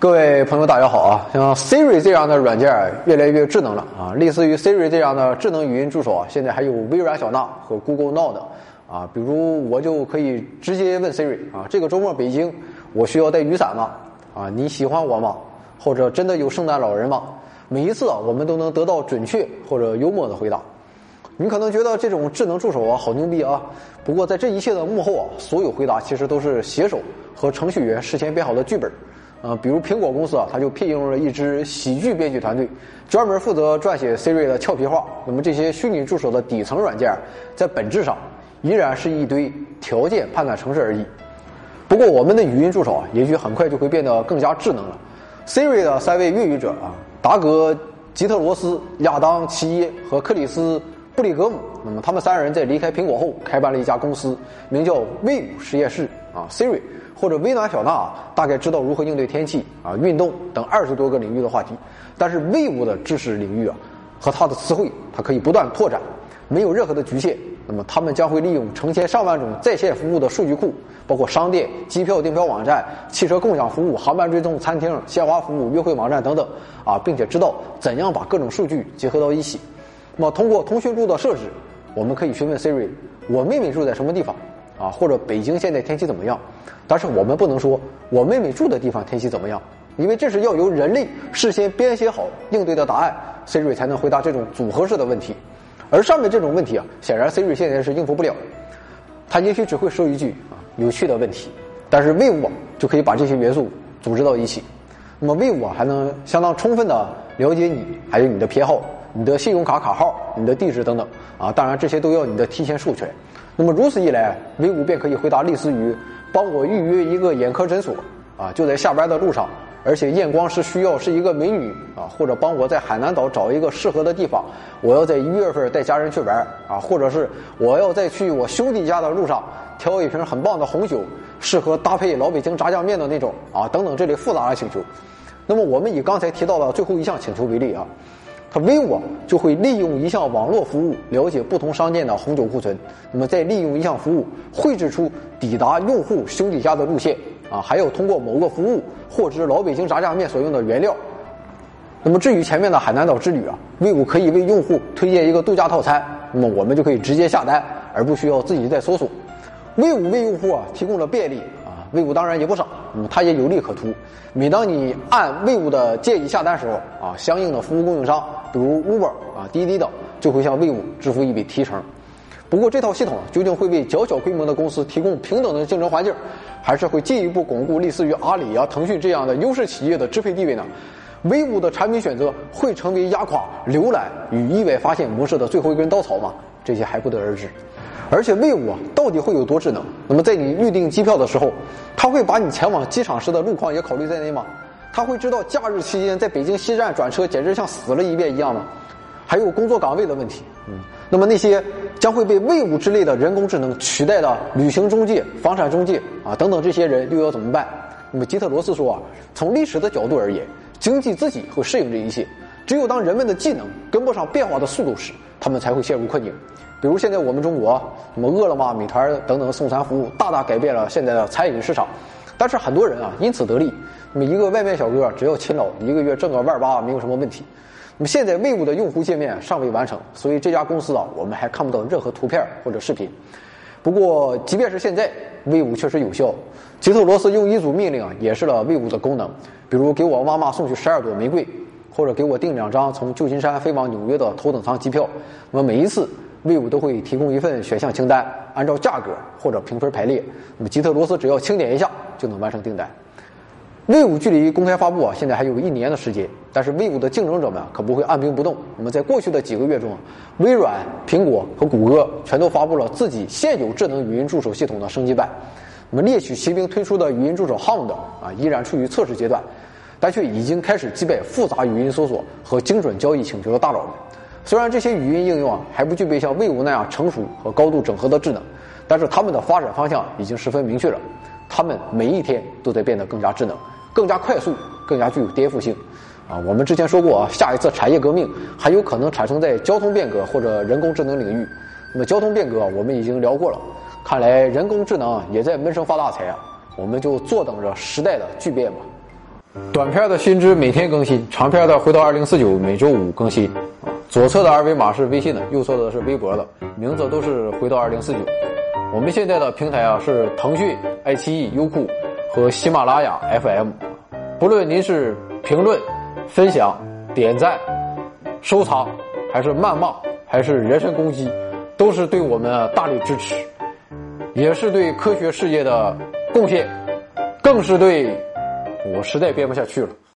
各位朋友，大家好啊！像 Siri 这样的软件越来越智能了啊，类似于 Siri 这样的智能语音助手啊，现在还有微软小娜和 Google Now 的啊。比如我就可以直接问 Siri 啊，这个周末北京我需要带雨伞吗？啊，你喜欢我吗？或者真的有圣诞老人吗？每一次啊，我们都能得到准确或者幽默的回答。你可能觉得这种智能助手啊好牛逼啊，不过在这一切的幕后啊，所有回答其实都是写手和程序员事先编好的剧本。比如苹果公司啊，它就聘用了一支喜剧编剧团队，专门负责撰写 Siri 的俏皮话。那么这些虚拟助手的底层软件，在本质上依然是一堆条件判断程式而已。不过我们的语音助手啊，也许很快就会变得更加智能了。Siri 的3位越狱者啊，达格·吉特罗斯、亚当·齐耶和克里斯·布里格姆，那么他们3人在离开苹果后，开办了一家公司，名叫威武实验室啊。Siri 或者微暖小娜大概知道如何应对天气啊、运动等20多个领域的话题，但是威武的知识领域啊和它的词汇，它可以不断拓展，没有任何的局限。那么他们将会利用成千上万种在线服务的数据库，包括商店、机票订票网站、汽车共享服务、航班追踪、餐厅、鲜花服务、约会网站等等啊，并且知道怎样把各种数据结合到一起。那么通过通讯录的设置，我们可以询问 Siri 我妹妹住在什么地方啊，或者北京现在天气怎么样。但是我们不能说我妹妹住的地方天气怎么样，因为这是要由人类事先编写好应对的答案 Siri 才能回答这种组合式的问题。而上面这种问题啊，显然 Siri 现在是应付不了，它也许只会说一句有趣的问题，但是 Wave 就可以把这些元素组织到一起。那么 Wave 还能相当充分的了解你，还有你的偏好、你的信用卡卡号、你的地址等等啊，当然这些都要你的提前授权。那么如此一来，Wave便可以回答类似于帮我预约一个眼科诊所啊，就在下班的路上，而且验光师需要是一个美女啊，或者帮我在海南岛找一个适合的地方，我要在1月份带家人去玩啊，或者是我要在去我兄弟家的路上挑一瓶很棒的红酒，适合搭配老北京炸酱面的那种啊，等等这类复杂的请求。那么我们以刚才提到的最后一项请求为例啊，它Wave就会利用一项网络服务了解不同商店的红酒库存，那么再利用一项服务绘制出抵达用户兄弟家的路线啊，还要通过某个服务获知老北京炸酱面所用的原料。那么至于前面的海南岛之旅啊，Wave可以为用户推荐一个度假套餐，那么我们就可以直接下单，而不需要自己再搜索。Wave为用户提供了便利啊，Wave当然也不傻，那么它也有利可图。每当你按Wave的建议下单时候啊，相应的服务供应商，比如 Uber 啊、滴滴等，就会向Wave支付一笔提成。不过这套系统究竟会为较小规模的公司提供平等的竞争环境，还是会进一步巩固类似于阿里啊、腾讯这样的优势企业的支配地位呢？Wave的产品选择会成为压垮浏览与意外发现模式的最后一根稻草吗？这些还不得而知。而且Wave到底会有多智能？那么在你预订机票的时候，它会把你前往机场时的路况也考虑在内吗？它会知道假日期间在北京西站转车简直像死了一遍一样吗？还有工作岗位的问题。那么那些将会被Wave之类的人工智能取代的旅行中介、房产中介啊等等这些人又要怎么办？那么吉特罗斯说啊，从历史的角度而言，经济自己会适应这一切，只有当人们的技能跟不上变化的速度时，他们才会陷入困境。比如现在我们中国，什么饿了么、美团等等送餐服务大大改变了现在的餐饮市场，但是很多人啊因此得利。那么一个外卖小哥只要勤劳，1个月挣个1.8万没有什么问题。那么现在Wave的用户界面尚未完成，所以这家公司啊我们还看不到任何图片或者视频。不过即便是现在Wave确实有效，吉特罗斯用一组命令啊演示了Wave的功能，比如给我妈妈送去12朵玫瑰，或者给我订2张从旧金山飞往纽约的头等舱机票。那么每一次Wave都会提供一份选项清单，按照价格或者评分排列，那么吉特罗斯只要轻点一下就能完成订单。Wave距离公开发布啊，现在还有1年的时间，但是Wave的竞争者们可不会按兵不动。那么在过去的几个月中，微软、苹果和谷歌全都发布了自己现有智能语音助手系统的升级版。那么猎取骑兵推出的语音助手 Hound 啊，依然处于测试阶段，但却已经开始击败复杂语音搜索和精准交易请求的大佬们。虽然这些语音应用啊还不具备像Wave那样成熟和高度整合的智能，但是他们的发展方向已经十分明确了。他们每一天都在变得更加智能、更加快速、更加具有颠覆性。啊，我们之前说过啊，下一次产业革命还有可能产生在交通变革或者人工智能领域。那么交通变革我们已经聊过了，看来人工智能也在闷声发大财啊，我们就坐等着时代的巨变吧。 短片的新知每天更新，长片的回到2049每周5更新。左侧的二维码是微信的，右侧的是微博的，名字都是回到2049。我们现在的平台是腾讯、爱奇艺、优酷和喜马拉雅 FM。不论您是评论、分享、点赞、收藏，还是谩骂，还是人身攻击，都是对我们大力支持，也是对科学事业的贡献，更是对我实在编不下去了。